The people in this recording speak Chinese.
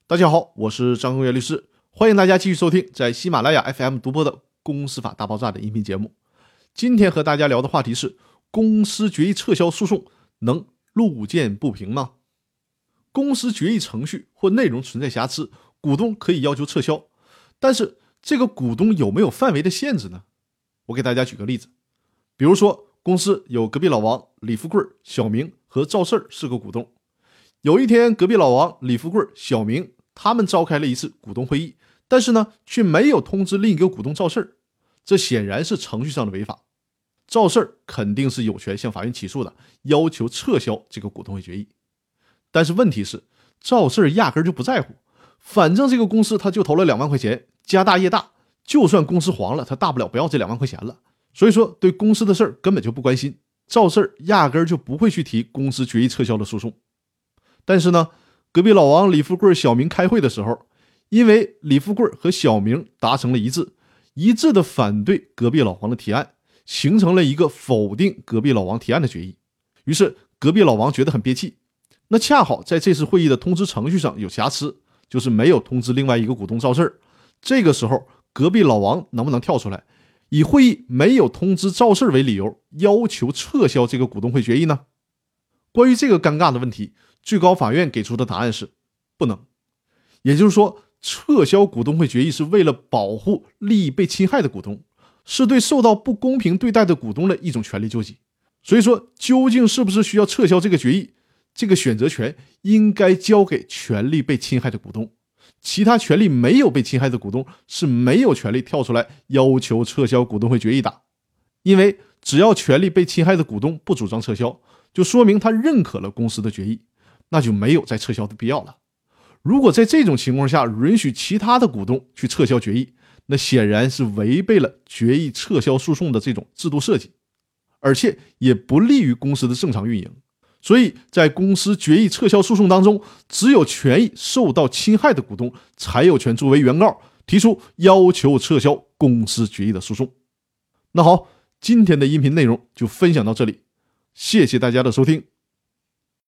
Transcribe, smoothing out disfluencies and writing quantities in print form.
大家好，我是张根源律师，欢迎大家继续收听在喜马拉雅 FM 独播的公司法大爆炸的音频节目。今天和大家聊的话题是，公司决议撤销诉讼能路见不平吗？公司决议程序或内容存在瑕疵，股东可以要求撤销，但是这个股东有没有范围的限制呢？我给大家举个例子，比如说公司有隔壁老王、李富贵、小明和赵四4个股东。有一天，隔壁老王、李富贵、小明他们召开了一次股东会议，但是呢，却没有通知另一个股东赵四，这显然是程序上的违法。赵四肯定是有权向法院起诉的，要求撤销这个股东会决议。但是问题是，赵四压根就不在乎，反正这个公司他就投了2万块钱，家大业大，就算公司黄了，他大不了不要这2万块钱了。所以说，对公司的事儿根本就不关心，赵四压根就不会去提公司决议撤销的诉讼。但是呢，隔壁老王、李富贵、小明开会的时候，因为李富贵和小明达成了一致的反对隔壁老王的提案，形成了一个否定隔壁老王提案的决议。于是隔壁老王觉得很憋气，那恰好在这次会议的通知程序上有瑕疵，就是没有通知另外一个股东赵四。这个时候隔壁老王能不能跳出来，以会议没有通知赵四为理由，要求撤销这个股东会决议呢？关于这个尴尬的问题，最高法院给出的答案是不能。也就是说，撤销股东会决议是为了保护利益被侵害的股东，是对受到不公平对待的股东的一种权利救济。所以说，究竟是不是需要撤销这个决议，这个选择权应该交给权利被侵害的股东，其他权利没有被侵害的股东是没有权利跳出来要求撤销股东会决议的。因为只要权利被侵害的股东不主张撤销，就说明他认可了公司的决议，那就没有再撤销的必要了。如果在这种情况下允许其他的股东去撤销决议，那显然是违背了决议撤销诉讼的这种制度设计，而且也不利于公司的正常运营。所以在公司决议撤销诉讼当中，只有权益受到侵害的股东才有权作为原告提出要求撤销公司决议的诉讼。那好，今天的音频内容就分享到这里，谢谢大家的收听，